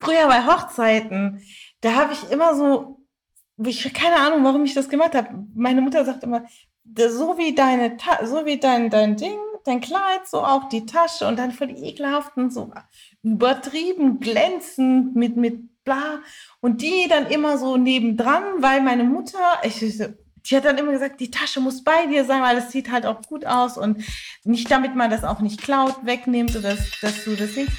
früher bei Hochzeiten, da habe ich immer so, keine Ahnung, warum ich das gemacht habe. Meine Mutter sagt immer, so wie so wie dein Ding, dein Kleid, so auch die Tasche und dann voll die ekelhaften, so übertrieben glänzend mit bla. Und die dann immer so nebendran, weil meine Mutter, die hat dann immer gesagt, die Tasche muss bei dir sein, weil es sieht halt auch gut aus und nicht, damit man das auch nicht klaut, wegnimmt oder dass du das nicht.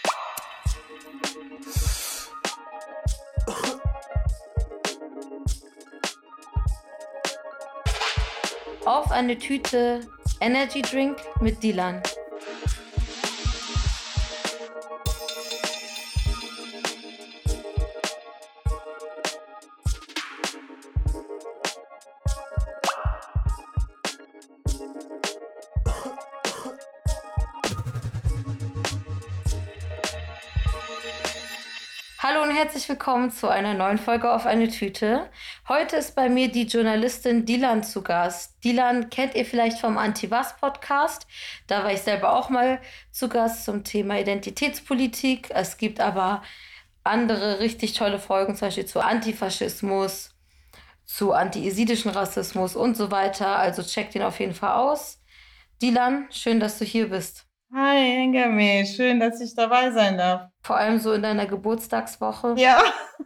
Auf eine Tüte Energy Drink mit Dilan. Hallo und herzlich willkommen zu einer neuen Folge auf eine Tüte. Heute ist bei mir die Journalistin Dilan zu Gast. Dilan kennt ihr vielleicht vom Anti-Was-Podcast. Da war ich selber auch mal zu Gast zum Thema Identitätspolitik. Es gibt aber andere richtig tolle Folgen, zum Beispiel zu Antifaschismus, zu anti-jesidischen Rassismus und so weiter. Also checkt ihn auf jeden Fall aus. Dilan, schön, dass du hier bist. Hi, Engame, schön, dass ich dabei sein darf. Vor allem so in deiner Geburtstagswoche. Ja.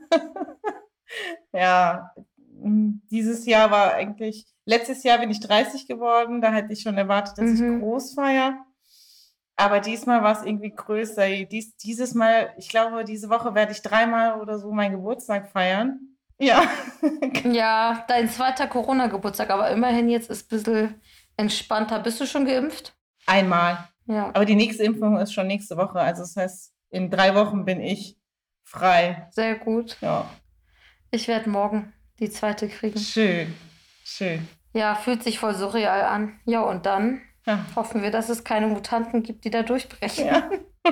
Ja, dieses Jahr war letztes Jahr bin ich 30 geworden, da hätte ich schon erwartet, dass ich groß feiere. Aber diesmal war es irgendwie größer. Dieses Mal, ich glaube, diese Woche werde ich 3-mal oder so meinen Geburtstag feiern. Ja. Ja, dein zweiter Corona-Geburtstag, aber immerhin jetzt ist ein bisschen entspannter. Bist du schon geimpft? Einmal. Ja. Aber die nächste Impfung ist schon nächste Woche. Also das heißt, in 3 Wochen bin ich frei. Sehr gut. Ja. Ich werde morgen die zweite kriegen. Schön. Ja, fühlt sich voll surreal an. Ja, und dann hoffen wir, dass es keine Mutanten gibt, die da durchbrechen. Ja,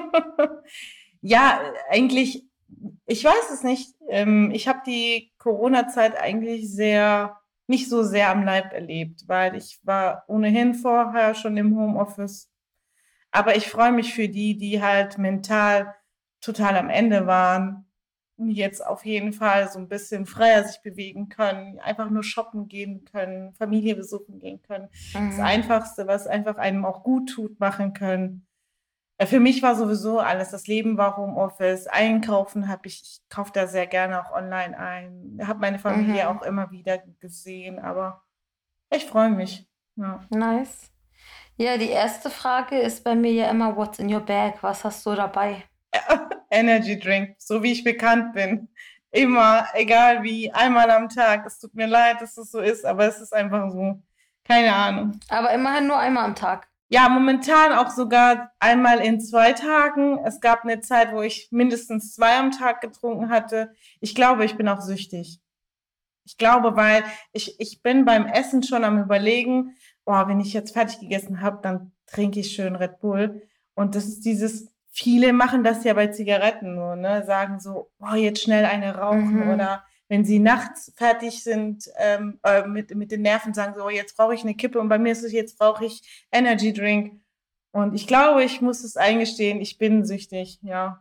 ja, eigentlich, ich weiß es nicht. Ich habe die Corona-Zeit eigentlich nicht so sehr am Leib erlebt, weil ich war ohnehin vorher schon im Homeoffice. Aber ich freue mich für die halt mental total am Ende waren, jetzt auf jeden Fall so ein bisschen freier sich bewegen können, einfach nur shoppen gehen können, Familie besuchen gehen können. Das Einfachste, was einfach einem auch gut tut, machen können. Für mich war sowieso alles, das Leben war Homeoffice, einkaufen ich kaufe da sehr gerne auch online ein, habe meine Familie auch immer wieder gesehen, aber ich freue mich. Ja. Nice. Ja, die erste Frage ist bei mir ja immer, what's in your bag? Was hast du dabei? Energy Drink, so wie ich bekannt bin. Immer, egal wie, einmal am Tag. Es tut mir leid, dass es so ist, aber es ist einfach so. Keine Ahnung. Aber immerhin nur einmal am Tag. Ja, momentan auch sogar einmal in 2 Tagen. Es gab eine Zeit, wo ich mindestens 2 am Tag getrunken hatte. Ich glaube, ich bin auch süchtig. Ich glaube, weil ich bin beim Essen schon am Überlegen, wenn ich jetzt fertig gegessen habe, dann trinke ich schön Red Bull. Und das ist viele machen das ja bei Zigaretten so, ne? Sagen so, jetzt schnell eine rauchen oder wenn sie nachts fertig sind mit den Nerven, sagen so, jetzt brauche ich eine Kippe und bei mir ist es, jetzt brauche ich Energy Drink. Und ich glaube, ich muss es eingestehen, ich bin süchtig, ja.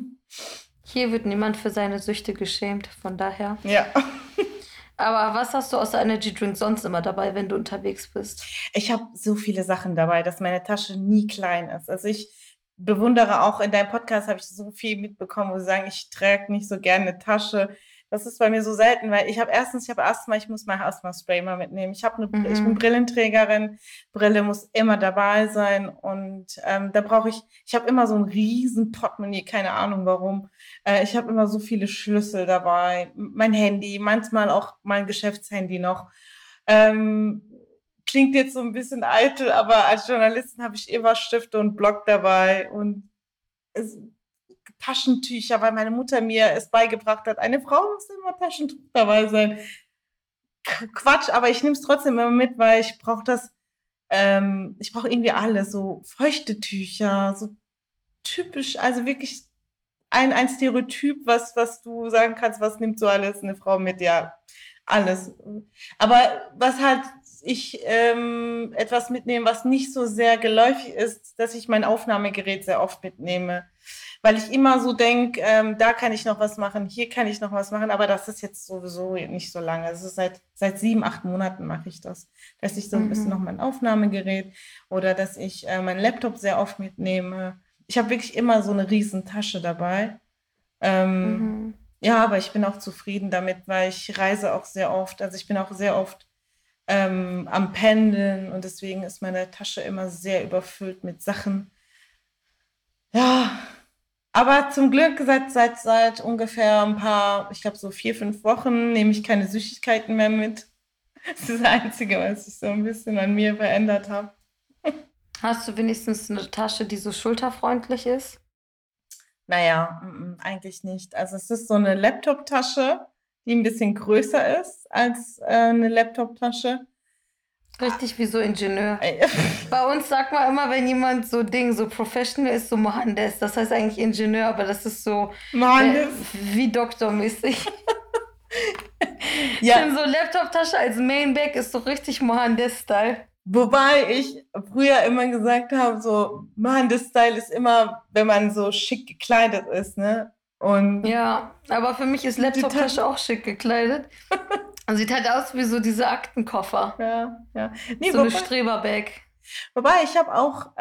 Hier wird niemand für seine Süchte geschämt, von daher. Ja. Aber was hast du außer Energy Drink sonst immer dabei, wenn du unterwegs bist? Ich habe so viele Sachen dabei, dass meine Tasche nie klein ist. Also ich bewundere auch, in deinem Podcast habe ich so viel mitbekommen, wo sie sagen, ich trage nicht so gerne eine Tasche. Das ist bei mir so selten, weil ich habe Asthma, ich muss mein Asthma-Spray mal mitnehmen. Ich bin Brillenträgerin, Brille muss immer dabei sein und da ich habe immer so ein riesen Portemonnaie, keine Ahnung warum. Ich habe immer so viele Schlüssel dabei, mein Handy, manchmal auch mein Geschäftshandy noch. Klingt jetzt so ein bisschen eitel, aber als Journalistin habe ich immer Stifte und Block dabei und Taschentücher, weil meine Mutter mir es beigebracht hat, eine Frau muss immer Taschentuch dabei sein. Quatsch, aber ich nehme es trotzdem immer mit, weil ich brauche ich brauche irgendwie alles, so feuchte Tücher, so typisch, also wirklich ein Stereotyp, was du sagen kannst, was nimmt so alles eine Frau mit, ja, alles. Aber was halt etwas mitnehme, was nicht so sehr geläufig ist, dass ich mein Aufnahmegerät sehr oft mitnehme. weil ich immer so denke, da kann ich noch was machen, hier kann ich noch was machen, aber das ist jetzt sowieso nicht so lange. Es ist seit 7, 8 Monaten mache ich das, dass ich so ein bisschen noch mein Aufnahmegerät oder dass ich meinen Laptop sehr oft mitnehme. Ich habe wirklich immer so eine riesen Tasche dabei. Ja, aber ich bin auch zufrieden damit, weil ich reise auch sehr oft. Also ich bin auch sehr oft am Pendeln und deswegen ist meine Tasche immer sehr überfüllt mit Sachen. Ja, aber zum Glück seit ungefähr ein paar, ich glaube so 4, 5 Wochen nehme ich keine Süßigkeiten mehr mit. Das ist das Einzige, was ich so ein bisschen an mir verändert habe. Hast du wenigstens eine Tasche, die so schulterfreundlich ist? Naja, eigentlich nicht. Also es ist so eine Laptop-Tasche, die ein bisschen größer ist als eine Laptop-Tasche. Richtig wie so Ingenieur. Bei uns sagt man immer, wenn jemand so professional ist, so Mohandes. Das heißt eigentlich Ingenieur, aber das ist so wie doktormäßig. Ja. Ich finde so Laptop-Tasche als Mainbag ist so richtig Mohandes-Style. Wobei ich früher immer gesagt habe, so Mohandes-Style ist immer, wenn man so schick gekleidet ist, ne? Und ja, aber für mich ist Laptop-Tasche auch schick gekleidet. Sieht halt aus wie so diese Aktenkoffer. Ja. Nee, so eine Streberbag. Wobei, ich habe auch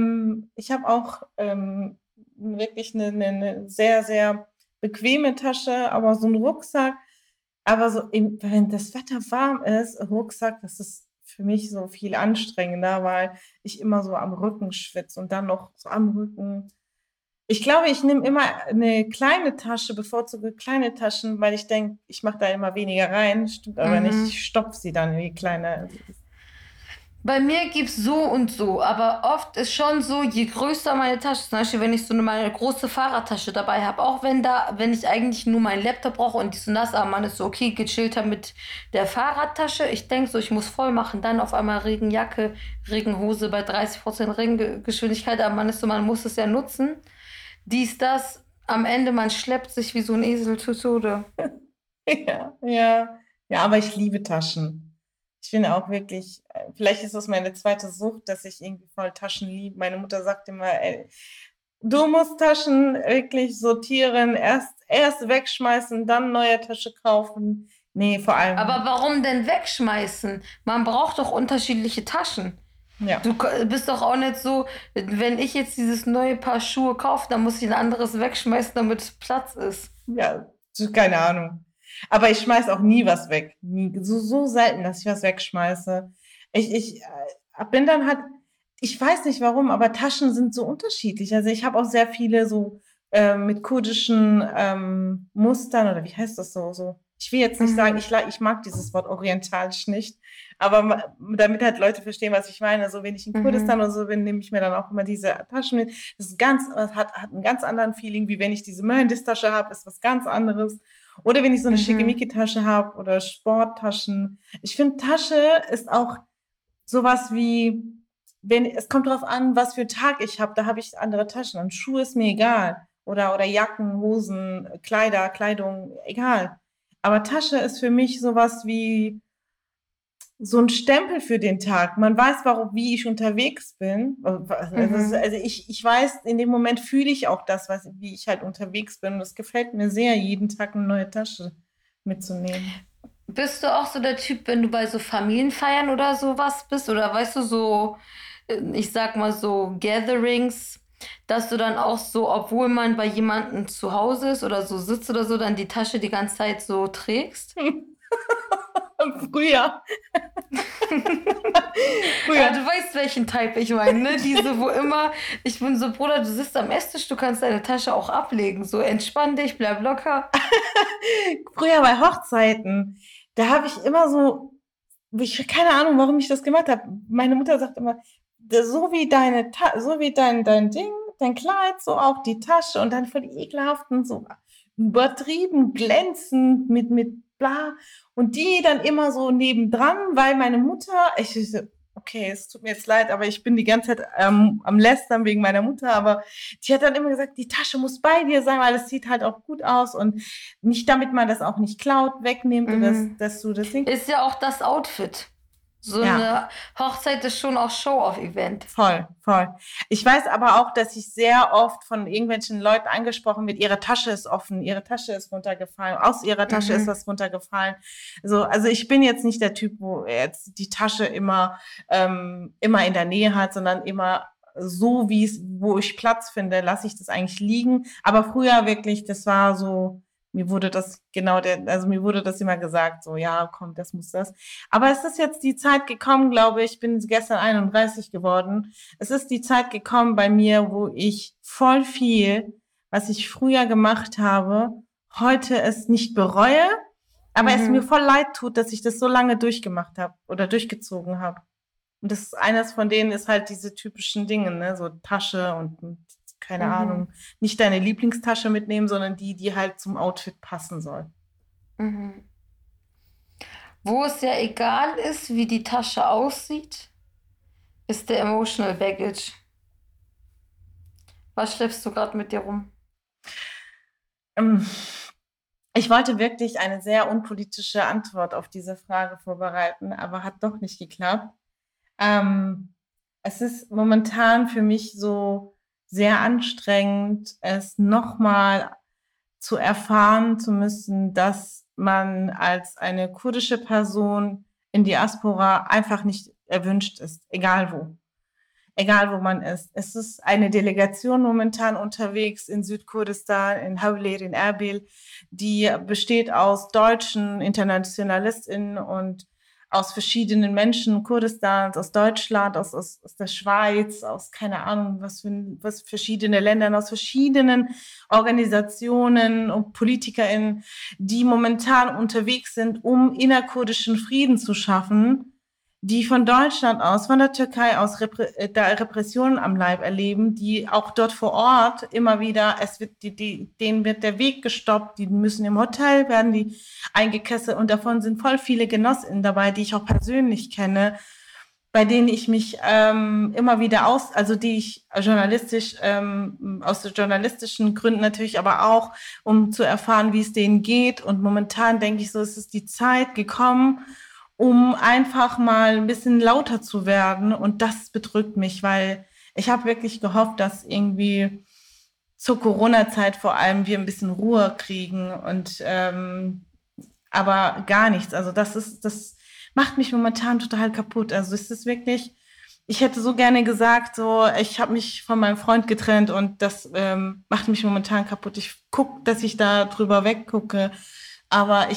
wirklich eine sehr, sehr bequeme Tasche, aber so ein Rucksack. Aber so, wenn das Wetter warm ist, Rucksack, das ist für mich so viel anstrengender, weil ich immer so am Rücken schwitze und dann noch so am Rücken. Ich glaube, ich nehme immer eine kleine Tasche, bevorzuge kleine Taschen, weil ich denke, ich mache da immer weniger rein. Stimmt aber nicht, ich stopfe sie dann in die kleine. Bei mir gibt es so und so, aber oft ist schon so, je größer meine Tasche, zum Beispiel, wenn ich so meine große Fahrradtasche dabei habe, auch wenn ich eigentlich nur meinen Laptop brauche und die so nass, aber man ist so, okay, gechillter mit der Fahrradtasche. Ich denke so, ich muss voll machen, dann auf einmal Regenjacke, Regenhose bei 30% Regengeschwindigkeit, aber man ist so, man muss es ja nutzen. Das, am Ende, man schleppt sich wie so ein Esel zu Tode. Ja, aber ich liebe Taschen. Ich finde auch wirklich, vielleicht ist das meine zweite Sucht, dass ich irgendwie voll Taschen liebe. Meine Mutter sagt immer, ey, du musst Taschen wirklich sortieren, erst wegschmeißen, dann neue Tasche kaufen. Nee, vor allem. Aber warum denn wegschmeißen? Man braucht doch unterschiedliche Taschen. Ja. Du bist doch auch nicht so, wenn ich jetzt dieses neue Paar Schuhe kaufe, dann muss ich ein anderes wegschmeißen, damit es Platz ist. Ja, keine Ahnung. Aber ich schmeiß auch nie was weg. So selten, dass ich was wegschmeiße. Ich bin dann halt, ich weiß nicht warum, aber Taschen sind so unterschiedlich. Also ich habe auch sehr viele so mit kurdischen Mustern oder wie heißt das so? Ich will jetzt nicht sagen, ich mag dieses Wort orientalisch nicht, aber damit halt Leute verstehen, was ich meine. So, wenn ich in Kurdistan oder so bin, nehme ich mir dann auch immer diese Taschen mit. Das ist hat einen ganz anderen Feeling, wie wenn ich diese Mohandes-Tasche habe, ist was ganz anderes. Oder wenn ich so eine Schickimicki-Tasche habe oder Sporttaschen. Ich finde, Tasche ist auch sowas wie, es kommt drauf an, was für Tag ich habe, da habe ich andere Taschen. Und Schuhe ist mir egal. Oder Jacken, Hosen, Kleidung, egal. Aber Tasche ist für mich sowas wie so ein Stempel für den Tag. Man weiß, wie ich unterwegs bin. Also ich weiß, in dem Moment fühle ich auch das, wie ich halt unterwegs bin. Und es gefällt mir sehr, jeden Tag eine neue Tasche mitzunehmen. Bist du auch so der Typ, wenn du bei so Familienfeiern oder sowas bist? Oder weißt du, so, ich sag mal so Gatherings, dass du dann auch so, obwohl man bei jemandem zu Hause ist oder so sitzt oder so, dann die Tasche die ganze Zeit so trägst? Früher. Ja, du weißt, welchen Type ich meine, ne? Diese, wo immer, ich bin so, Bruder, du sitzt am Esstisch, du kannst deine Tasche auch ablegen. So, entspann dich, bleib locker. Früher bei Hochzeiten, da habe ich immer so, keine Ahnung, warum ich das gemacht habe. Meine Mutter sagt immer, so wie dein Ding, dein Kleid, so auch die Tasche und dann voll die ekelhaften, so übertrieben glänzend mit bla. Und die dann immer so nebendran, weil meine Mutter, okay, es tut mir jetzt leid, aber ich bin die ganze Zeit am Lästern wegen meiner Mutter, aber die hat dann immer gesagt, die Tasche muss bei dir sein, weil es sieht halt auch gut aus und nicht, damit man das auch nicht klaut, wegnimmt oder dass du das Ding. Ist ja auch das Outfit. So Ja. eine Hochzeit ist schon auch Show-off-Event. Voll, voll. Ich weiß aber auch, dass ich sehr oft von irgendwelchen Leuten angesprochen wird, ihre Tasche ist offen, ihre Tasche ist runtergefallen, aus ihrer Tasche ist was runtergefallen. Also ich bin jetzt nicht der Typ, wo er jetzt die Tasche immer in der Nähe hat, sondern immer so, wo ich Platz finde, lasse ich das eigentlich liegen. Aber früher wirklich, das war so, mir wurde das immer gesagt, so, ja, komm, das muss das. Aber es ist jetzt die Zeit gekommen, glaube ich, bin gestern 31 geworden. Es ist die Zeit gekommen bei mir, wo ich voll viel, was ich früher gemacht habe, heute es nicht bereue, aber es mir voll leid tut, dass ich das so lange durchgemacht habe oder durchgezogen habe. Und das ist eines von denen ist halt diese typischen Dinge, ne, so Tasche und keine Ahnung, nicht deine Lieblingstasche mitnehmen, sondern die halt zum Outfit passen soll. Wo es ja egal ist, wie die Tasche aussieht, ist der Emotional Baggage. Was schleppst du gerade mit dir rum? Ich wollte wirklich eine sehr unpolitische Antwort auf diese Frage vorbereiten, aber hat doch nicht geklappt. Es ist momentan für mich so sehr anstrengend, es nochmal zu erfahren zu müssen, dass man als eine kurdische Person in Diaspora einfach nicht erwünscht ist, egal wo man ist. Es ist eine Delegation momentan unterwegs in Südkurdistan, in Hawler, in Erbil, die besteht aus deutschen InternationalistInnen und aus verschiedenen Menschen Kurdistans, aus Deutschland, aus der Schweiz, aus keine Ahnung, was verschiedene Ländern, aus verschiedenen Organisationen und PolitikerInnen, die momentan unterwegs sind, um innerkurdischen Frieden zu schaffen, die von Deutschland aus, von der Türkei aus Repressionen am Leib erleben, die auch dort vor Ort immer wieder, denen wird der Weg gestoppt, die müssen im Hotel, werden die eingekesselt und davon sind voll viele GenossInnen dabei, die ich auch persönlich kenne, bei denen ich mich immer wieder die ich journalistisch, aus journalistischen Gründen natürlich, aber auch, um zu erfahren, wie es denen geht. Und momentan denke ich so, es ist die Zeit gekommen, um einfach mal ein bisschen lauter zu werden. Und das bedrückt mich, weil ich habe wirklich gehofft, dass irgendwie zur Corona-Zeit vor allem wir ein bisschen Ruhe kriegen und aber gar nichts. Also das macht mich momentan total kaputt. Also es ist wirklich, ich hätte so gerne gesagt, so ich habe mich von meinem Freund getrennt und das macht mich momentan kaputt. Ich gucke, dass ich da drüber weggucke, aber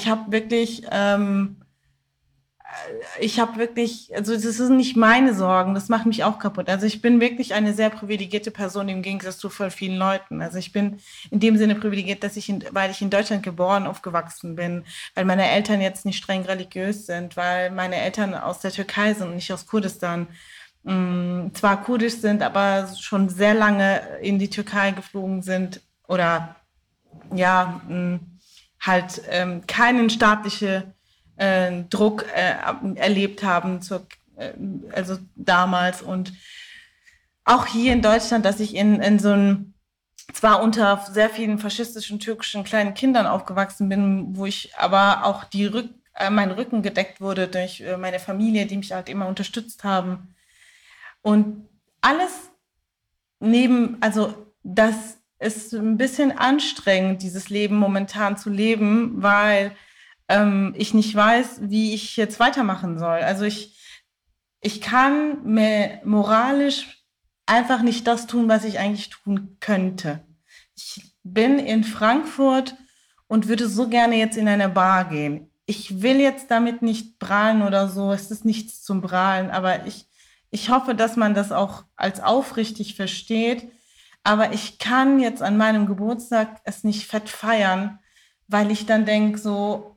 also das sind nicht meine Sorgen, das macht mich auch kaputt. Also ich bin wirklich eine sehr privilegierte Person im Gegensatz zu voll vielen Leuten. Also ich bin in dem Sinne privilegiert, weil ich in Deutschland geboren, aufgewachsen bin, weil meine Eltern jetzt nicht streng religiös sind, weil meine Eltern aus der Türkei sind und nicht aus Kurdistan. Zwar kurdisch sind, aber schon sehr lange in die Türkei geflogen sind oder ja, halt keinen staatlichen Druck erlebt haben, also damals. Und auch hier in Deutschland, dass ich in so einem, zwar unter sehr vielen faschistischen türkischen kleinen Kindern aufgewachsen bin, wo ich aber auch mein Rücken gedeckt wurde durch meine Familie, die mich halt immer unterstützt haben. Und alles also das ist ein bisschen anstrengend, dieses Leben momentan zu leben, weil ich nicht weiß, wie ich jetzt weitermachen soll. Also ich kann mir moralisch einfach nicht das tun, was ich eigentlich tun könnte. Ich bin in Frankfurt und würde so gerne jetzt in eine Bar gehen. Ich will jetzt damit nicht prahlen oder so, es ist nichts zum Prahlen, aber ich hoffe, dass man das auch als aufrichtig versteht. Aber ich kann jetzt an meinem Geburtstag es nicht fett feiern, weil ich dann denke so,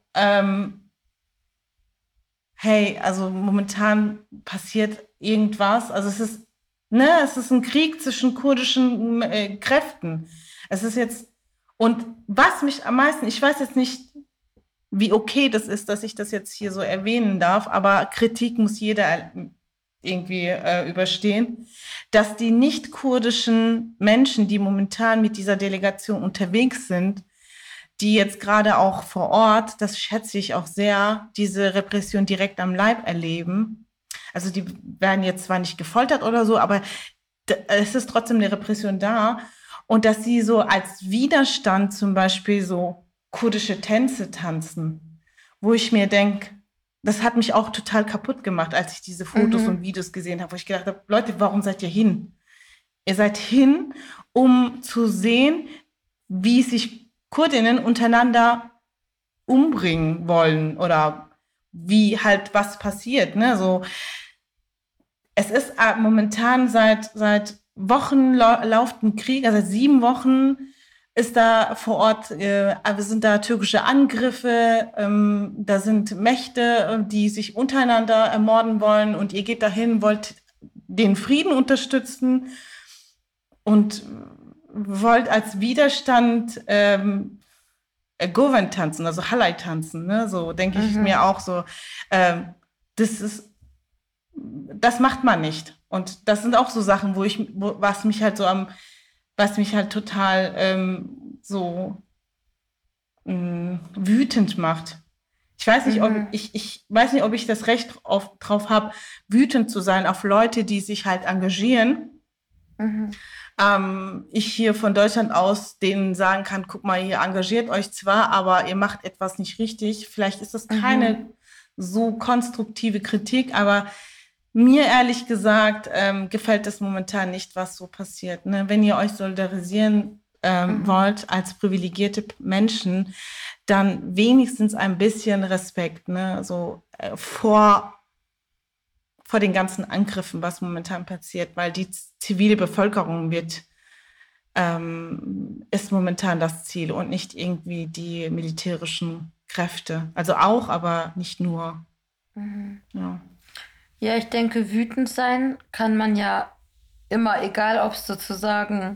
hey, also momentan passiert irgendwas. Also es ist ein Krieg zwischen kurdischen Kräften. Es ist jetzt, und was mich am meisten, ich weiß jetzt nicht, wie okay das ist, dass ich das jetzt hier so erwähnen darf, aber Kritik muss jeder irgendwie überstehen, dass die nicht-kurdischen Menschen, die momentan mit dieser Delegation unterwegs sind, die jetzt gerade auch vor Ort, das schätze ich auch sehr, diese Repression direkt am Leib erleben. Also die werden jetzt zwar nicht gefoltert oder so, aber es ist trotzdem eine Repression da. Und dass sie so als Widerstand zum Beispiel so kurdische Tänze tanzen, wo ich mir denke, das hat mich auch total kaputt gemacht, als ich diese Fotos und Videos gesehen habe, wo ich gedacht habe, Leute, warum seid ihr hin? Ihr seid hin, um zu sehen, wie sich Kurdinnen untereinander umbringen wollen oder wie halt was passiert. Ne? So, es ist momentan seit Wochen läuft ein Krieg, also seit 7 Wochen ist da vor Ort, sind da türkische Angriffe, da sind Mächte, die sich untereinander ermorden wollen und ihr geht dahin, wollt den Frieden unterstützen und wollt als Widerstand Govan tanzen, also Halai tanzen, ne? So denke ich mir auch so, das macht man nicht. Und das sind auch so Sachen, was mich halt total wütend macht. Ich weiß nicht, ich weiß nicht, ob ich das Recht drauf habe, wütend zu sein auf Leute, die sich halt engagieren. Ich hier von Deutschland aus denen sagen kann, guck mal, ihr engagiert euch zwar, aber ihr macht etwas nicht richtig. Vielleicht ist das keine so konstruktive Kritik, aber mir ehrlich gesagt gefällt das momentan nicht, was so passiert. Ne? Wenn ihr euch solidarisieren wollt als privilegierte Menschen, dann wenigstens ein bisschen Respekt, ne? So vor den ganzen Angriffen, was momentan passiert, weil die zivile Bevölkerung ist momentan das Ziel und nicht irgendwie die militärischen Kräfte. Also auch, aber nicht nur. Ja. Ja, ich denke, wütend sein kann man ja immer, egal ob es sozusagen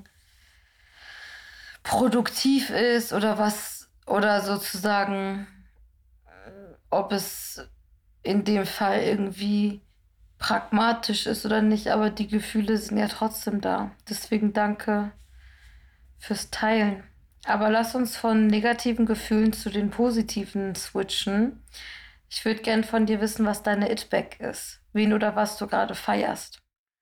produktiv ist oder was, oder sozusagen, ob es in dem Fall irgendwie pragmatisch ist oder nicht, aber die Gefühle sind ja trotzdem da. Deswegen danke fürs Teilen. Aber lass uns von negativen Gefühlen zu den positiven switchen. Ich würde gern von dir wissen, was deine It-Back ist. Wen oder was du gerade feierst.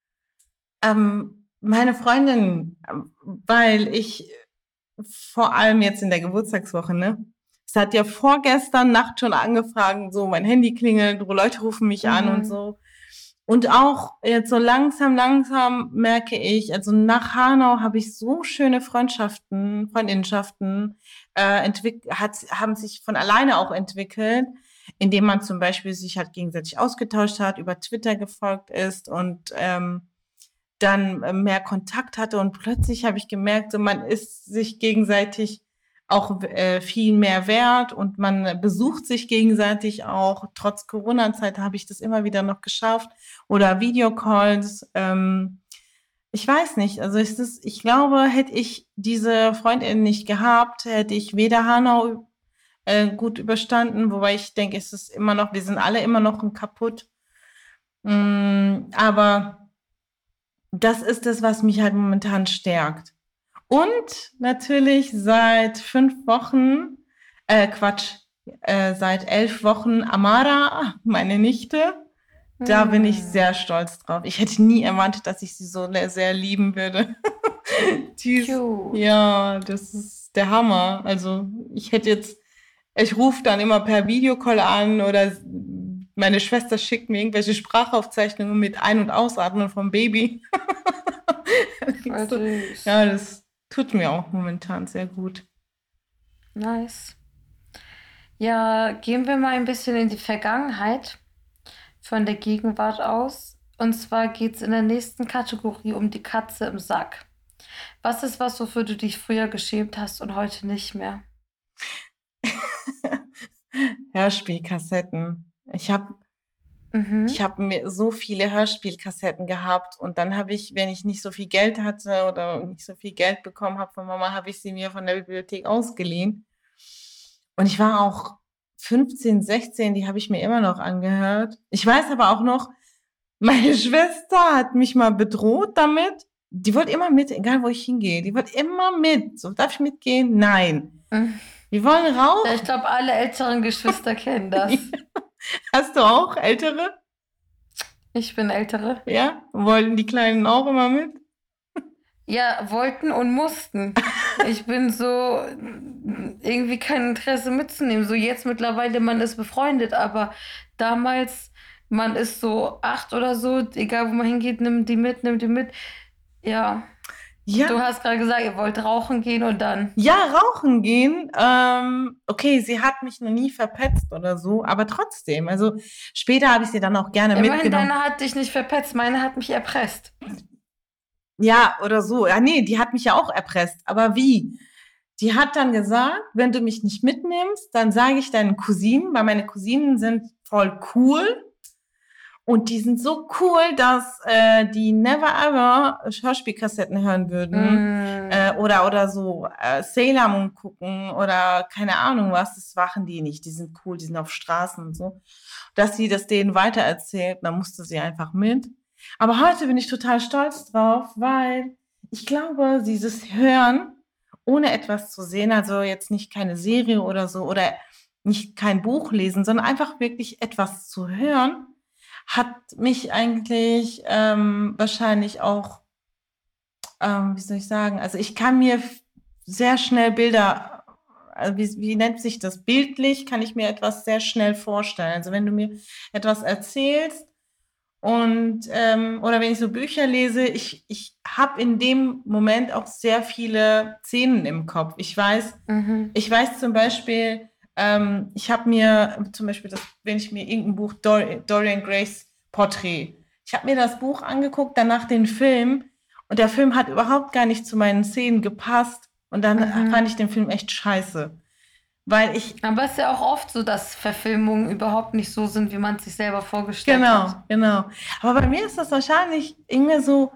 Meine Freundin, weil ich vor allem jetzt in der Geburtstagswoche, ne? Es hat ja vorgestern Nacht schon angefangen, so mein Handy klingelt, Leute rufen mich an und so. Und auch jetzt so langsam merke ich, also nach Hanau habe ich so schöne Freundinnenschaften haben sich von alleine auch entwickelt, indem man zum Beispiel sich halt gegenseitig ausgetauscht hat, über Twitter gefolgt ist und dann mehr Kontakt hatte. Und plötzlich habe ich gemerkt, so man ist sich gegenseitig auch viel mehr wert und man besucht sich gegenseitig auch. Trotz Corona-Zeit habe ich das immer wieder noch geschafft. Oder Videocalls. Ich weiß nicht. Also ich glaube, hätte ich diese Freundin nicht gehabt, hätte ich weder Hanau gut überstanden, wobei ich denke, wir sind alle immer noch kaputt. Aber das ist das, was mich halt momentan stärkt. Und natürlich seit 5 Wochen, seit 11 Wochen Amara, meine Nichte. Da bin ich sehr stolz drauf. Ich hätte nie erwartet, dass ich sie so sehr lieben würde. Ja, das ist der Hammer. Also ich rufe dann immer per Videocall an oder meine Schwester schickt mir irgendwelche Sprachaufzeichnungen mit Ein- und Ausatmen vom Baby. Ja, das tut mir auch momentan sehr gut. Nice. Ja, gehen wir mal ein bisschen in die Vergangenheit von der Gegenwart aus. Und zwar geht es in der nächsten Kategorie um die Katze im Sack. Was ist was, wofür du dich früher geschämt hast und heute nicht mehr? Hörspielkassetten. Ich habe mir so viele Hörspielkassetten gehabt und dann habe ich, wenn ich nicht so viel Geld hatte oder nicht so viel Geld bekommen habe von Mama, habe ich sie mir von der Bibliothek ausgeliehen. Und ich war auch 15, 16, die habe ich mir immer noch angehört. Ich weiß aber auch noch, meine Schwester hat mich mal bedroht damit. Die wollte immer mit, egal wo ich hingehe. Die wollte immer mit. So, darf ich mitgehen? Nein. Wir wollen rauchen. Ja, ich glaube, alle älteren Geschwister kennen das. Hast du auch ältere? Ich bin Ältere. Ja? Wollten die Kleinen auch immer mit? Ja, wollten und mussten. Ich bin so irgendwie kein Interesse mitzunehmen. So jetzt mittlerweile, man ist befreundet, aber damals, man ist so 8 oder so, egal wo man hingeht, nimm die mit, nimm die mit. Ja, du Ja. hast gerade gesagt, ihr wollt rauchen gehen und dann. Ja, rauchen gehen. Okay, sie hat mich noch nie verpetzt oder so, aber trotzdem. Also später habe ich sie dann auch gerne Immerhin, mitgenommen. deine hat dich nicht verpetzt, meine hat mich erpresst. Ja, oder so. Ja, nee, die hat mich ja auch erpresst. Aber wie? Die hat dann gesagt, wenn du mich nicht mitnimmst, dann sage ich deinen Cousinen, weil meine Cousinen sind voll cool. Und die sind so cool, dass die never ever Hörspielkassetten hören würden oder so Sailor Moon gucken oder keine Ahnung was. Das machen die nicht. Die sind cool, die sind auf Straßen und so. Dass sie das denen weitererzählt, dann musste sie einfach mit. Aber heute bin ich total stolz drauf, weil ich glaube, dieses Hören, ohne etwas zu sehen, also jetzt nicht keine Serie oder so oder nicht kein Buch lesen, sondern einfach wirklich etwas zu hören, hat mich eigentlich wahrscheinlich auch, wie soll ich sagen, also ich kann mir sehr schnell Bilder, also wie nennt sich das, bildlich kann ich mir etwas sehr schnell vorstellen. Also wenn du mir etwas erzählst und oder wenn ich so Bücher lese, ich habe in dem Moment auch sehr viele Szenen im Kopf. Ich weiß zum Beispiel, ich habe mir zum Beispiel, wenn ich mir irgendein Buch, Dorian Grays Porträt, ich habe mir das Buch angeguckt, danach den Film und der Film hat überhaupt gar nicht zu meinen Szenen gepasst und dann fand ich den Film echt scheiße. Weil ich. Aber es ist ja auch oft so, dass Verfilmungen überhaupt nicht so sind, wie man es sich selber vorgestellt hat. Genau. Aber bei mir ist das wahrscheinlich irgendwie so,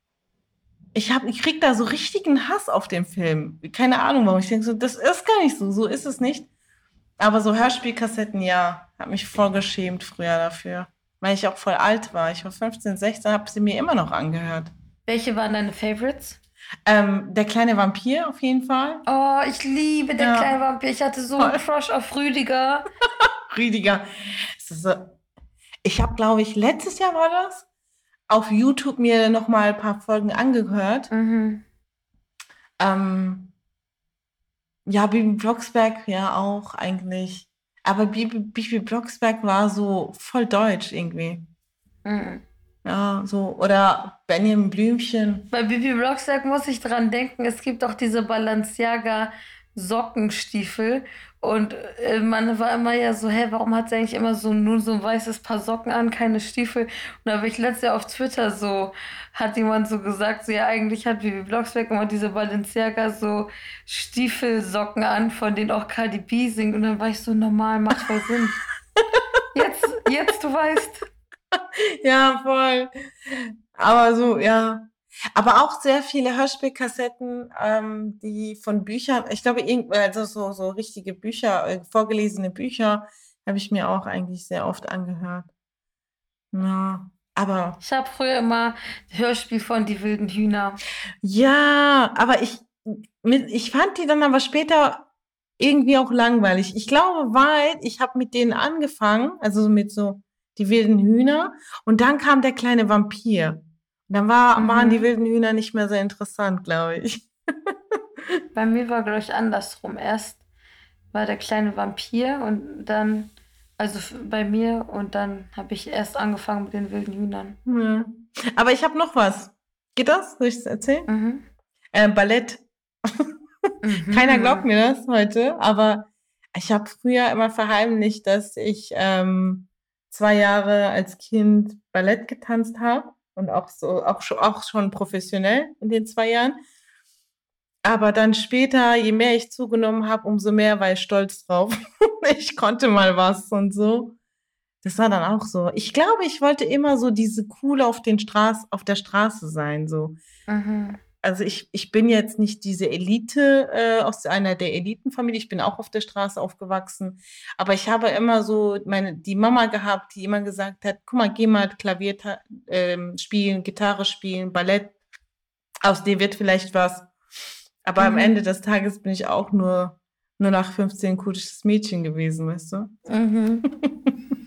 ich krieg da so richtigen Hass auf den Film. Keine Ahnung, warum. Ich denke so, das ist gar nicht so, so ist es nicht. Aber so Hörspielkassetten, ja, habe mich voll geschämt früher dafür. Weil ich auch voll alt war. Ich war 15, 16, habe sie mir immer noch angehört. Welche waren deine Favorites? Der kleine Vampir auf jeden Fall. Oh, ich liebe der Ja. kleine Vampir. Ich hatte so einen Crush auf Rüdiger. Rüdiger. Ich habe, glaube ich, letztes Jahr war das, auf YouTube mir noch mal ein paar Folgen angehört. Ja, Bibi Blocksberg ja auch eigentlich. Aber Bibi Blocksberg war so voll deutsch irgendwie. Ja, so. Oder Benjamin Blümchen. Bei Bibi Blocksberg muss ich dran denken, es gibt auch diese Balenciaga Sockenstiefel und man war immer ja so, hä, warum hat sie eigentlich immer nur so ein weißes Paar Socken an, keine Stiefel? Und da habe ich letztes Jahr auf Twitter so, hat jemand so gesagt, so ja, eigentlich hat Bibi Blocksberg immer diese Balenciaga so Stiefelsocken an, von denen auch Cardi B singt und dann war ich so, normal, macht voll Sinn. Jetzt du weißt. Ja, voll. Aber so, ja. Aber auch sehr viele Hörspielkassetten, die von Büchern, ich glaube, also so richtige Bücher, vorgelesene Bücher, habe ich mir auch eigentlich sehr oft angehört. Ja, aber. Ich habe früher immer Hörspiel von Die wilden Hühner. Ja, aber ich fand die dann aber später irgendwie auch langweilig. Ich glaube, weil ich habe mit denen angefangen, also mit so die wilden Hühner, und dann kam der kleine Vampir. Und dann waren die wilden Hühner nicht mehr so interessant, glaube ich. Bei mir war, glaube ich, andersrum. Erst war der kleine Vampir und dann, also bei mir, und dann habe ich erst angefangen mit den wilden Hühnern. Ja. Aber ich habe noch was. Geht das? Soll ich das erzählen? Ballett. Keiner glaubt mir das heute, aber ich habe früher immer verheimlicht, dass ich 2 Jahre als Kind Ballett getanzt habe und auch schon professionell in den 2 Jahren. Aber dann später, je mehr ich zugenommen habe, umso mehr war ich stolz drauf. Ich konnte mal was und so. Das war dann auch so. Ich glaube, ich wollte immer so diese Coole auf der Straße sein, so. Also ich bin jetzt nicht diese Elite aus einer der Elitenfamilie. Ich bin auch auf der Straße aufgewachsen. Aber ich habe immer so die Mama gehabt, die immer gesagt hat, guck mal, geh mal Klavier spielen, Gitarre spielen, Ballett. Aus dir wird vielleicht was. Aber am Ende des Tages bin ich auch nur nach 15 ein cooles Mädchen gewesen, weißt du?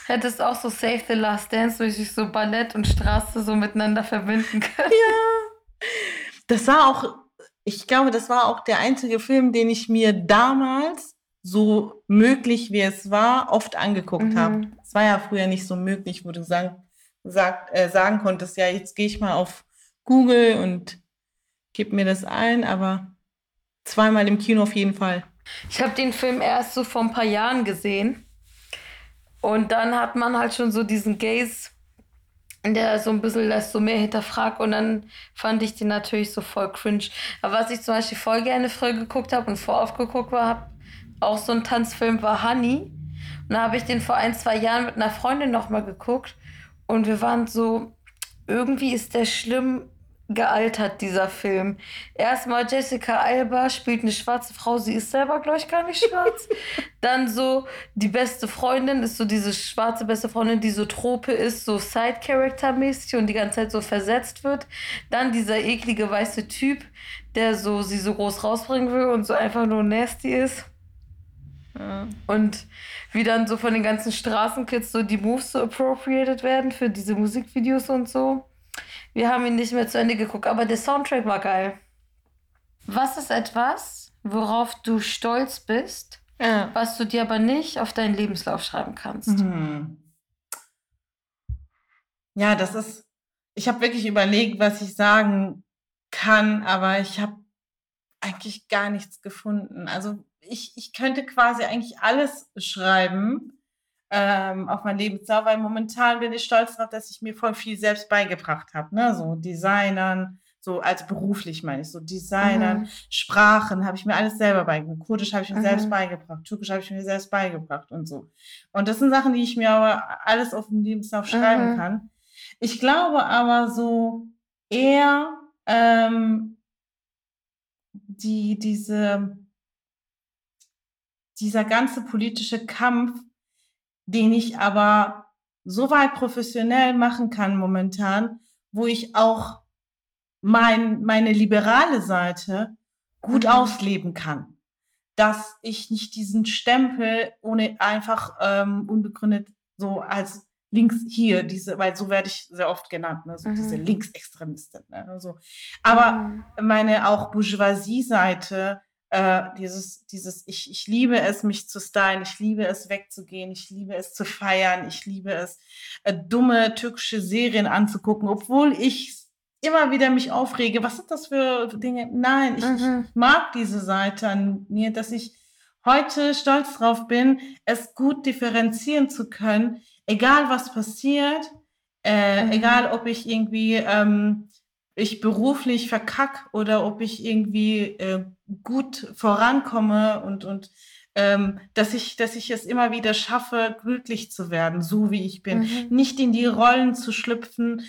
Hättest auch so Save the Last Dance, wo ich so Ballett und Straße so miteinander verbinden können. Das war auch, ich glaube, das war auch der einzige Film, den ich mir damals, so möglich wie es war, oft angeguckt habe. Es war ja früher nicht so möglich, wo du sagen konntest, ja, jetzt gehe ich mal auf Google und gib mir das ein, aber zweimal im Kino auf jeden Fall. Ich habe den Film erst so vor ein paar Jahren gesehen. Und dann hat man halt schon so diesen Gaze, der so ein bisschen das so mehr hinterfragt. Und dann fand ich den natürlich so voll cringe. Aber was ich zum Beispiel voll gerne früher geguckt habe und voll oft geguckt habe, auch so ein Tanzfilm war Honey. Und da habe ich den vor 1, 2 Jahren mit einer Freundin nochmal geguckt. Und wir waren so, irgendwie ist der schlimm gealtert, dieser Film. Erstmal Jessica Alba spielt eine schwarze Frau, sie ist selber, glaube ich, gar nicht schwarz. Dann so die beste Freundin ist so diese schwarze beste Freundin, die so Trope ist, so Side-Character-mäßig und die ganze Zeit so versetzt wird. Dann dieser eklige weiße Typ, der so sie so groß rausbringen will und so einfach nur nasty ist. Und wie dann so von den ganzen Straßenkids so die Moves so appropriated werden für diese Musikvideos und so. Wir haben ihn nicht mehr zu Ende geguckt, aber der Soundtrack war geil. Was ist etwas, worauf du stolz bist, Ja. was du dir aber nicht auf deinen Lebenslauf schreiben kannst? Ja, ich habe wirklich überlegt, was ich sagen kann, aber ich habe eigentlich gar nichts gefunden. Also ich könnte quasi eigentlich alles schreiben auf mein Lebenslauf, weil momentan bin ich stolz darauf, dass ich mir voll viel selbst beigebracht habe. Ne? So Designern, so als beruflich meine ich, so Designern, Sprachen habe ich mir alles selber beigebracht. Kurdisch habe ich mir selbst beigebracht, Türkisch habe ich mir selbst beigebracht und so. Und das sind Sachen, die ich mir aber alles auf dem Lebenslauf schreiben kann. Ich glaube aber so eher dieser ganze politische Kampf, den ich aber so weit professionell machen kann momentan, wo ich auch meine liberale Seite gut ausleben kann. Dass ich nicht diesen Stempel ohne einfach unbegründet so als links hier, weil so werde ich sehr oft genannt, ne? So diese Linksextremistin. Ne? Also, aber meine auch Bourgeoisie-Seite, ich liebe es, mich zu stylen, ich liebe es, wegzugehen, ich liebe es zu feiern, ich liebe es, dumme türkische Serien anzugucken, obwohl ich immer wieder mich aufrege. Was sind das für Dinge? Nein, ich mag diese Seite an mir, dass ich heute stolz drauf bin, es gut differenzieren zu können, egal was passiert, egal ob ich irgendwie ich beruflich verkack oder ob ich irgendwie gut vorankomme und dass ich es immer wieder schaffe, glücklich zu werden, so wie ich bin. Nicht in die Rollen zu schlüpfen,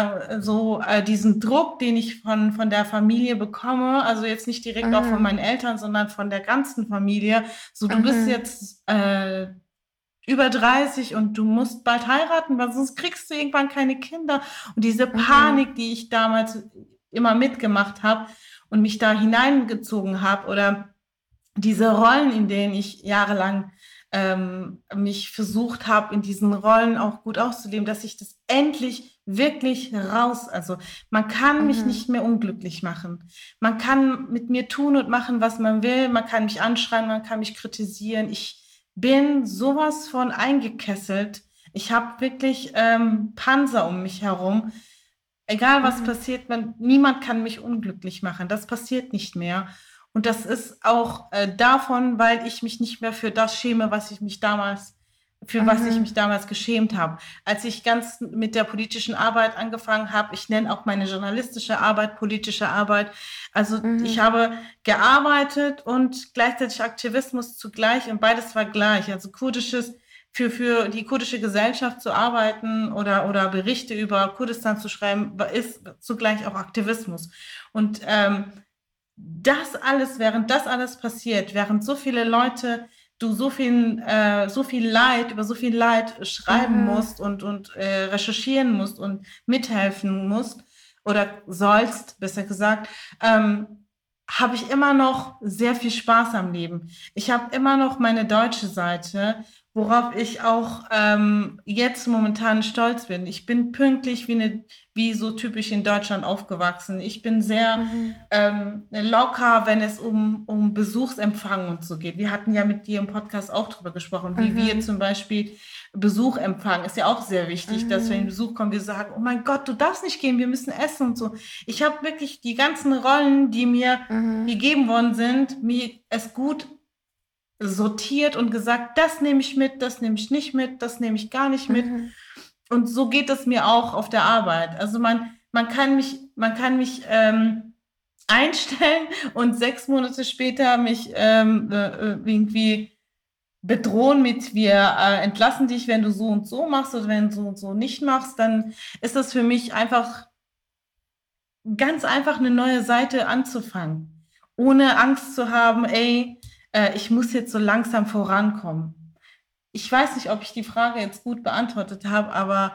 diesen Druck, den ich von der Familie bekomme, also jetzt nicht direkt auch von meinen Eltern, sondern von der ganzen Familie. So, du bist jetzt über 30 und du musst bald heiraten, weil sonst kriegst du irgendwann keine Kinder. Und diese Panik, die ich damals immer mitgemacht habe und mich da hineingezogen habe oder diese Rollen, in denen ich jahrelang mich versucht habe, in diesen Rollen auch gut auszuleben, dass ich das endlich wirklich also man kann mich nicht mehr unglücklich machen. Man kann mit mir tun und machen, was man will. Man kann mich anschreien, man kann mich kritisieren. Ich bin sowas von eingekesselt. Ich habe wirklich Panzer um mich herum. Egal was passiert, niemand kann mich unglücklich machen. Das passiert nicht mehr. Und das ist auch davon, weil ich mich nicht mehr für das schäme, was ich mich damals geschämt habe. Als ich ganz mit der politischen Arbeit angefangen habe, ich nenne auch meine journalistische Arbeit politische Arbeit. Also ich habe gearbeitet und gleichzeitig Aktivismus zugleich und beides war gleich. Also für die kurdische Gesellschaft zu arbeiten oder Berichte über Kurdistan zu schreiben, ist zugleich auch Aktivismus. Und während das alles passiert, während so viele Leute du so viel Leid schreiben musst und recherchieren musst und mithelfen musst oder sollst, besser gesagt, habe ich immer noch sehr viel Spaß am Leben. Ich habe immer noch meine deutsche Seite worauf ich auch jetzt momentan stolz bin. Ich bin pünktlich wie so typisch in Deutschland aufgewachsen. Ich bin sehr Mhm. locker, wenn es um Besuchsempfang und so geht. Wir hatten ja mit dir im Podcast auch drüber gesprochen, wie wir Mhm. zum Beispiel Besuch empfangen. Ist ja auch sehr wichtig, dass wenn Mhm. Besuch kommt, wir sagen, oh mein Gott, du darfst nicht gehen, wir müssen essen und so. Ich habe wirklich die ganzen Rollen, die mir Mhm. gegeben worden sind, mir es gut sortiert und gesagt, das nehme ich mit, das nehme ich nicht mit, das nehme ich gar nicht mit. Mhm. Und so geht es mir auch auf der Arbeit. Also man kann mich einstellen und 6 Monate später mich irgendwie bedrohen mit, wir entlassen dich, wenn du so und so machst oder wenn du so und so nicht machst, dann ist das für mich einfach ganz einfach eine neue Seite anzufangen, ohne Angst zu haben, ey, ich muss jetzt so langsam vorankommen. Ich weiß nicht, ob ich die Frage jetzt gut beantwortet habe, aber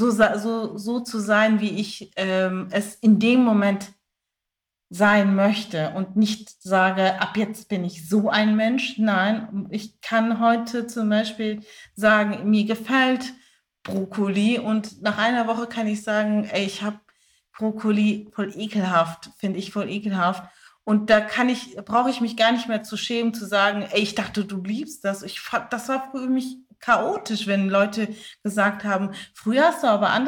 so zu sein, wie ich es in dem Moment sein möchte und nicht sage, ab jetzt bin ich so ein Mensch. Nein, ich kann heute zum Beispiel sagen, mir gefällt Brokkoli und nach einer Woche kann ich sagen, ey, ich habe Brokkoli voll ekelhaft, finde ich voll ekelhaft. Und brauche ich mich gar nicht mehr zu schämen, zu sagen, ey, ich dachte, du liebst das. Das war für mich chaotisch, wenn Leute gesagt haben, früher hast du aber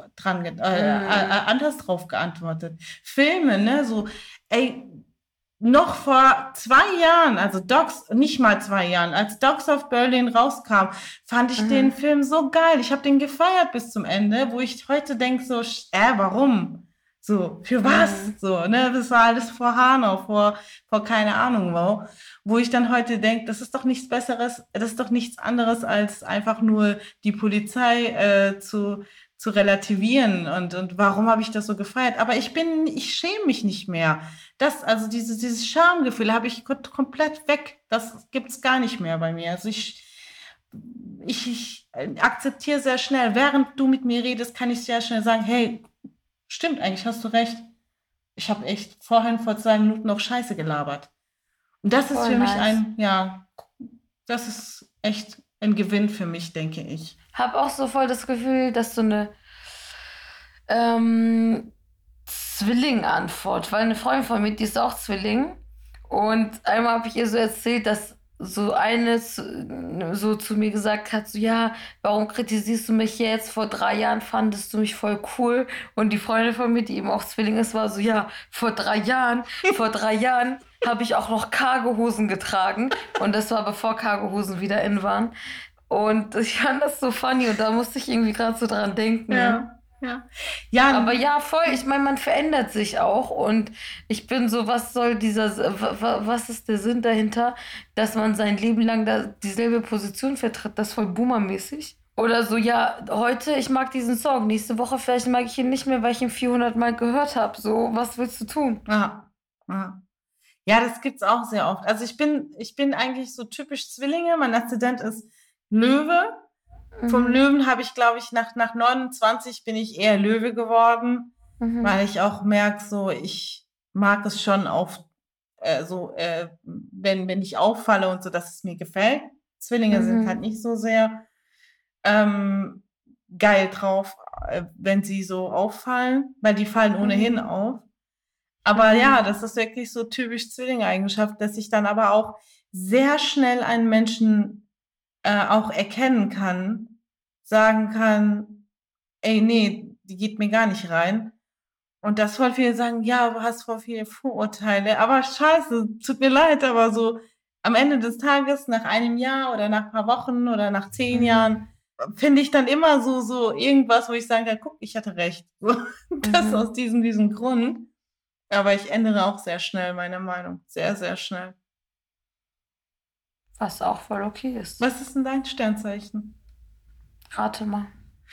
Mhm. anders drauf geantwortet. Filme, ne, so, ey, noch vor 2 Jahren, also nicht mal 2 Jahren, als Dogs of Berlin rauskam, fand ich den Mhm. Film so geil. Ich habe den gefeiert bis zum Ende, wo ich heute denke so, warum? So, für was? Mhm. So, ne, das war alles vor Hanau, vor keine Ahnung wo ich dann heute denke, das ist doch nichts Besseres, das ist doch nichts anderes als einfach nur die Polizei zu relativieren und warum habe ich das so gefeiert? Aber ich schäme mich nicht mehr. Also dieses Schamgefühl habe ich komplett weg. Das gibt es gar nicht mehr bei mir. Also ich akzeptiere sehr schnell. Während du mit mir redest, kann ich sehr schnell sagen, hey, stimmt, eigentlich hast du recht. Ich habe echt vorhin vor 2 Minuten noch Scheiße gelabert. Und das ist Voll für mich nice. das ist echt ein Gewinn für mich, denke ich. Hab auch so voll das Gefühl, dass so eine ähm, Zwilling-Antwort, weil eine Freundin von mir, die ist auch Zwilling. Und einmal habe ich ihr so erzählt, dass so eine so zu mir gesagt hat, so ja, warum kritisierst du mich jetzt? Vor 3 Jahren fandest du mich voll cool. Und die Freundin von mir, die eben auch Zwilling ist, war so, ja, vor 3 Jahren habe ich auch noch Cargohosen getragen. Und das war bevor Cargohosen wieder in waren. Und ich fand das so funny und da musste ich irgendwie gerade so dran denken. Ja, ja. Ja, Aber ja, voll, ich meine, man verändert sich auch und ich bin so, was soll was ist der Sinn dahinter, dass man sein Leben lang da dieselbe Position vertritt, das ist voll boomermäßig. Oder so, ja, heute, ich mag diesen Song, nächste Woche vielleicht mag ich ihn nicht mehr, weil ich ihn 400 Mal gehört habe. So, was willst du tun? ja, ja. Ja, das gibt's auch sehr oft. Also ich bin eigentlich so typisch Zwillinge. Mein Aszendent ist Löwe. Vom Mhm, Löwen habe ich, glaube ich, nach 29 bin ich eher Löwe geworden, mhm, weil ich auch merke, so ich mag es schon wenn ich auffalle und so, dass es mir gefällt. Zwillinge sind halt mhm, nicht so sehr ähm, geil drauf, wenn sie so auffallen, weil die fallen ohnehin mhm, auf. Aber ja, mhm, das ist wirklich so typisch Zwillinge-Eigenschaft, dass ich dann aber auch sehr schnell einen Menschen auch erkennen kann, sagen kann, ey, nee, die geht mir gar nicht rein. Und dass voll viele sagen, ja, du hast voll viele Vorurteile. Aber scheiße, tut mir leid, aber so am Ende des Tages, nach einem Jahr oder nach ein paar Wochen oder nach 10 Jahren, mhm, finde ich dann immer so irgendwas, wo ich sagen kann, guck, ich hatte recht. So, das aus mhm. diesem Grund. Aber ich ändere auch sehr schnell meine Meinung. Sehr, sehr schnell. Was auch voll okay ist. Was ist denn dein Sternzeichen? Rate mal.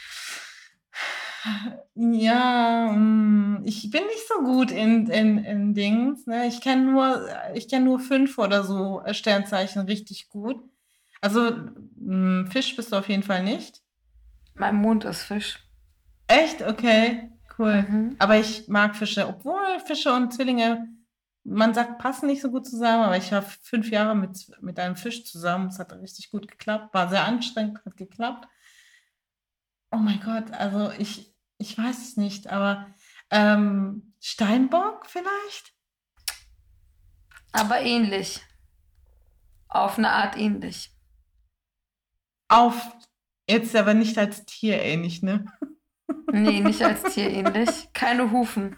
Ja, ich bin nicht so gut in Dings, ne? Ich kenn nur 5 oder so Sternzeichen richtig gut. Also, Fisch bist du auf jeden Fall nicht. Mein Mond ist Fisch. Echt? Okay, cool. Mhm. Aber ich mag Fische, obwohl Fische und Zwillinge. man sagt, passen nicht so gut zusammen, aber ich war 5 Jahre mit einem Fisch zusammen. Es hat richtig gut geklappt, war sehr anstrengend, hat geklappt. Oh mein Gott, also ich weiß es nicht, aber Steinbock vielleicht? Aber ähnlich. Auf eine Art ähnlich. Auf, jetzt aber nicht als Tier ähnlich, ne? Nee, nicht als Tier ähnlich. Keine Hufen.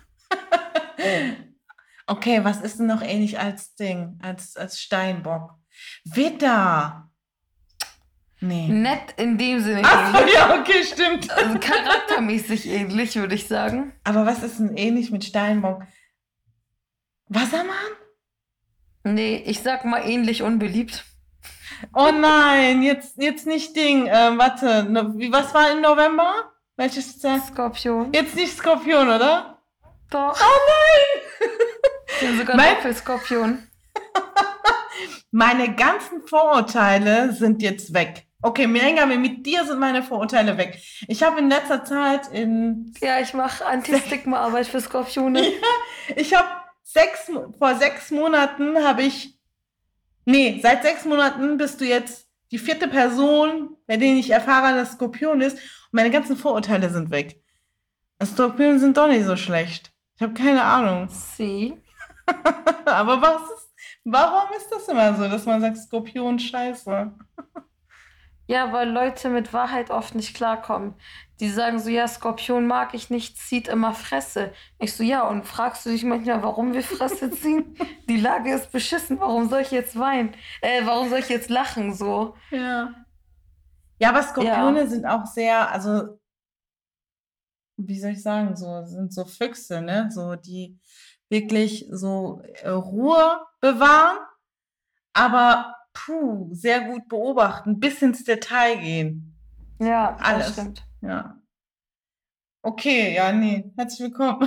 Okay, was ist denn noch ähnlich als Ding, als Steinbock? Widder! Nee. Nett in dem Sinne Ach so, ähnlich. ja, okay, stimmt. Also charaktermäßig ähnlich, würde ich sagen. Aber was ist denn ähnlich mit Steinbock? Wassermann? Nee, ich sag mal ähnlich unbeliebt. Oh nein, jetzt nicht Ding. Warte, was war im November? Welches ist der? Skorpion. Jetzt nicht Skorpion, oder? Doch. Oh nein! Ich bin sogar Mein, Doppelskorpion. meine ganzen Vorurteile sind jetzt weg. Okay, Mirenga, mit dir sind meine Vorurteile weg. Ich habe in letzter Zeit Ja, ich mache Anti-Stigma-Arbeit für Skorpione. ich habe vor 6 Monaten seit 6 Monaten bist du jetzt die 4. Person, bei der ich erfahre, dass Skorpion ist. Und meine ganzen Vorurteile sind weg. Skorpione sind doch nicht so schlecht. Ich habe keine Ahnung. Sie. Aber warum ist das immer so, dass man sagt, Skorpion scheiße? Ja, weil Leute mit Wahrheit oft nicht klarkommen. Die sagen so, ja, Skorpion mag ich nicht, zieht immer Fresse. Ich so, ja, und fragst du dich manchmal, warum wir Fresse ziehen? Die Lage ist beschissen, warum soll ich jetzt weinen? Warum soll ich jetzt lachen, so? Ja. Ja, aber Skorpione Ja, sind auch sehr, also, wie soll ich sagen, sind so Füchse, ne? So, die wirklich so Ruhe bewahren, aber sehr gut beobachten, bis ins Detail gehen. ja, das Alles. stimmt. Ja. Okay, ja, nee. Herzlich willkommen.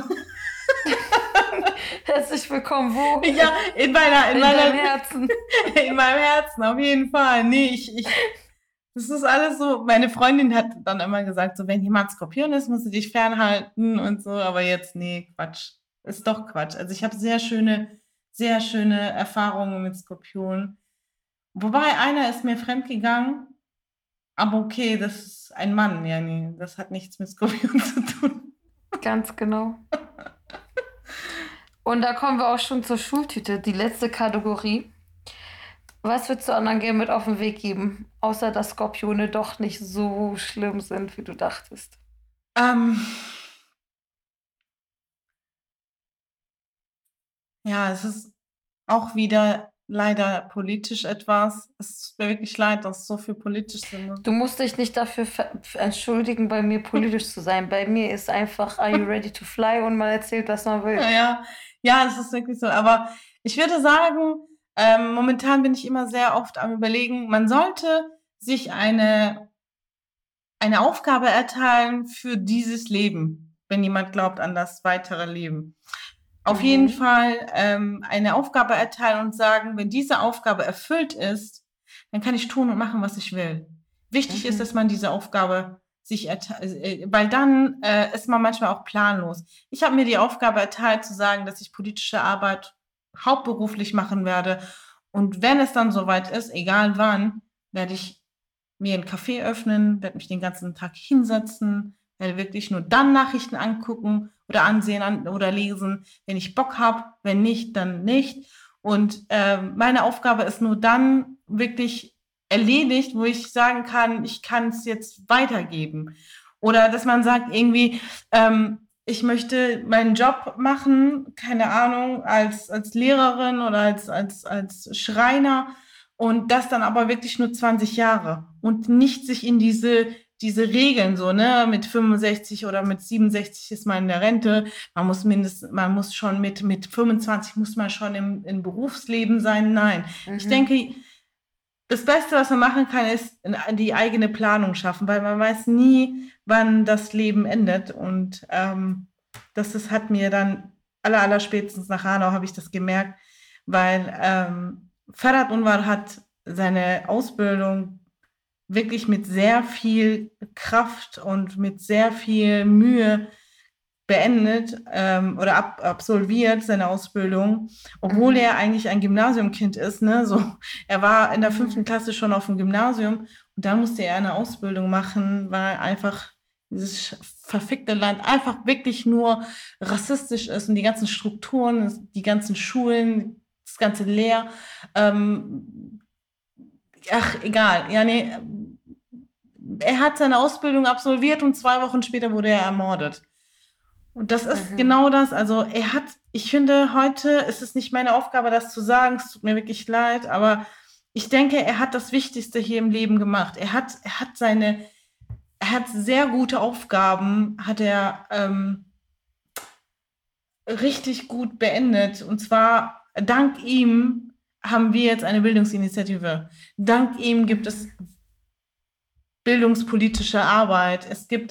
Herzlich willkommen, wo? Ja, In deinem Herzen. in meinem Herzen, auf jeden Fall. Nee, das ist alles so. Meine Freundin hat dann immer gesagt, so, wenn jemand Skorpion ist, musst du dich fernhalten und so. Aber jetzt, nee, Quatsch. Ist doch Quatsch. Also ich habe sehr schöne Erfahrungen mit Skorpionen. Wobei einer ist mir fremdgegangen. Aber okay, das ist ein Mann. Ja, nee, das hat nichts mit Skorpion zu tun. Ganz genau. Und da kommen wir auch schon zur Schultüte, die letzte Kategorie. Was würdest du anderen gerne mit auf den Weg geben, außer dass Skorpione doch nicht so schlimm sind, wie du dachtest? Ähm, ja, es ist auch wieder leider politisch etwas. Es tut mir wirklich leid, dass es so viel politisch sind. Du musst dich nicht dafür entschuldigen, bei mir politisch zu sein. Bei mir ist einfach, are you ready to fly? Und man erzählt, was man will. Ja, es ist wirklich so. Aber ich würde sagen, momentan bin ich immer sehr oft am Überlegen, man sollte sich eine Aufgabe erteilen für dieses Leben, wenn jemand glaubt an das weitere Leben. Auf jeden Fall eine Aufgabe erteilen und sagen, wenn diese Aufgabe erfüllt ist, dann kann ich tun und machen, was ich will. Wichtig ist, dass man diese Aufgabe sich erteilt, weil dann ist man manchmal auch planlos. Ich habe mir die Aufgabe erteilt, zu sagen, dass ich politische Arbeit hauptberuflich machen werde. Und wenn es dann soweit ist, egal wann, werde ich mir einen Café öffnen, werde mich den ganzen Tag hinsetzen, werde wirklich nur dann Nachrichten angucken oder ansehen oder lesen, wenn ich Bock habe, wenn nicht, dann nicht. Und meine Aufgabe ist nur dann wirklich erledigt, wo ich sagen kann, ich kann es jetzt weitergeben. Oder dass man sagt irgendwie, ich möchte meinen Job machen, keine Ahnung, als Lehrerin oder als Schreiner und das dann aber wirklich nur 20 Jahre und nicht sich in diese Regeln so, ne, mit 65 oder mit 67 ist man in der Rente, man muss schon mit 25 muss man schon im Berufsleben sein. Nein, ich denke, das Beste, was man machen kann, ist die eigene Planung schaffen, weil man weiß nie, wann das Leben endet. Und das hat mir dann allerspätestens nach Hanau habe ich das gemerkt, weil Ferhat Unvar hat seine Ausbildung wirklich mit sehr viel Kraft und mit sehr viel Mühe beendet oder absolviert seine Ausbildung, obwohl er eigentlich ein Gymnasiumkind ist. Ne? So, er war in der 5. Klasse schon auf dem Gymnasium und dann musste er eine Ausbildung machen, weil einfach dieses verfickte Land einfach wirklich nur rassistisch ist und die ganzen Strukturen, die ganzen Schulen, das ganze Lehr. Egal. Ja, nee. Er hat seine Ausbildung absolviert und 2 Wochen später wurde er ermordet. Und das ist genau das. Also ich finde, heute ist es nicht meine Aufgabe, das zu sagen. Es tut mir wirklich leid, aber ich denke, er hat das Wichtigste hier im Leben gemacht. Er hat sehr gute Aufgaben, hat er richtig gut beendet. Und zwar dank ihm haben wir jetzt eine Bildungsinitiative. Dank ihm gibt es bildungspolitische Arbeit. Es gibt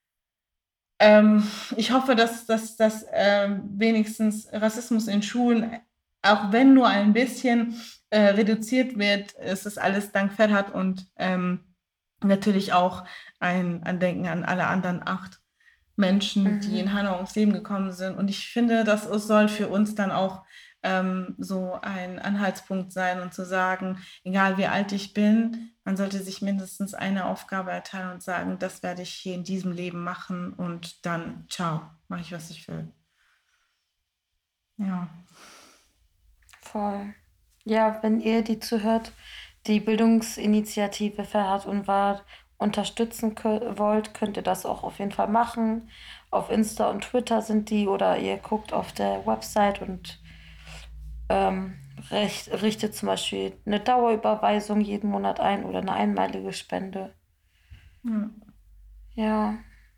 ich hoffe, dass wenigstens Rassismus in Schulen, auch wenn nur ein bisschen, reduziert wird. Es ist alles dank Ferhat und natürlich auch ein Andenken an alle anderen 8 Menschen, die in Hanau ums Leben gekommen sind. Und ich finde, das soll für uns dann auch so ein Anhaltspunkt sein und zu sagen, egal wie alt ich bin, man sollte sich mindestens eine Aufgabe erteilen und sagen, das werde ich hier in diesem Leben machen und dann, ciao, mache ich, was ich will. Ja. Voll. Ja, wenn ihr die zuhört, die Bildungsinitiative Ferhat und Ward unterstützen wollt, könnt ihr das auch auf jeden Fall machen. Auf Insta und Twitter sind die oder ihr guckt auf der Website und richtet zum Beispiel eine Dauerüberweisung jeden Monat ein oder eine einmalige Spende. Ja.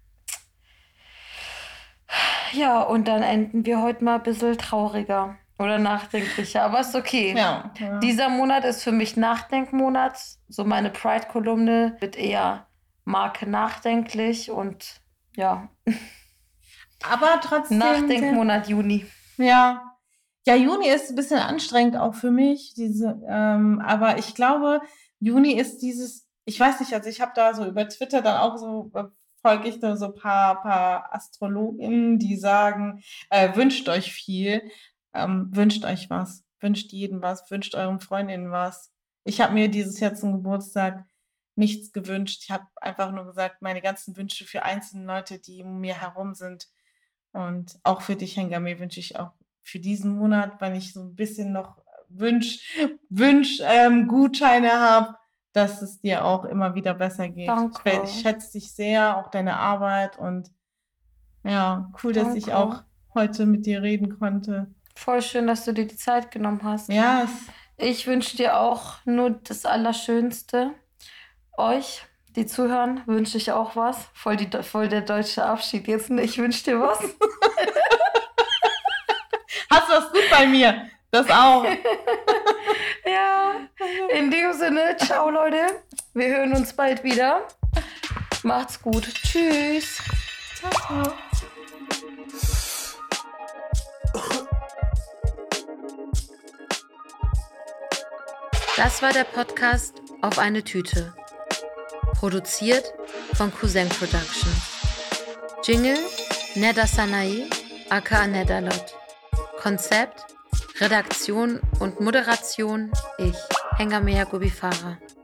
Ja, und dann enden wir heute mal ein bisschen trauriger oder nachdenklicher, aber ist okay. Ja. Dieser Monat ist für mich Nachdenkmonat. So meine Pride-Kolumne wird eher Marke nachdenklich und ja. Aber trotzdem. Nachdenkmonat Juni. Ja. Ja, Juni ist ein bisschen anstrengend auch für mich. Aber ich glaube, Juni ist ich weiß nicht, also ich habe da so über Twitter dann auch so, folge ich da so ein paar Astrologinnen, die sagen, wünscht euch viel, wünscht euch was, wünscht jedem was, wünscht euren Freundinnen was. Ich habe mir dieses Jahr zum Geburtstag nichts gewünscht. Ich habe einfach nur gesagt, meine ganzen Wünsche für einzelne Leute, die um mir herum sind. Und auch für dich, Hengame, wünsche ich auch für diesen Monat, wenn ich so ein bisschen noch Gutscheine habe, dass es dir auch immer wieder besser geht. Danke. Ich schätze dich sehr, auch deine Arbeit und ja, cool, dass ich auch heute mit dir reden konnte. Voll schön, dass du dir die Zeit genommen hast. Ja. Ich wünsche dir auch nur das Allerschönste. Euch, die zuhören, wünsche ich auch was. Voll der deutsche Abschied jetzt. Ich wünsche dir was. Hast du das gut bei mir? Das auch. Ja, in dem Sinne, ciao Leute. Wir hören uns bald wieder. Macht's gut. Tschüss. Ciao. Das war der Podcast Auf eine Tüte. Produziert von Cousin Productions. Jingle Neda Sanae, aka Nedalot. Konzept, Redaktion und Moderation ich, Hengame Yacobi Farah.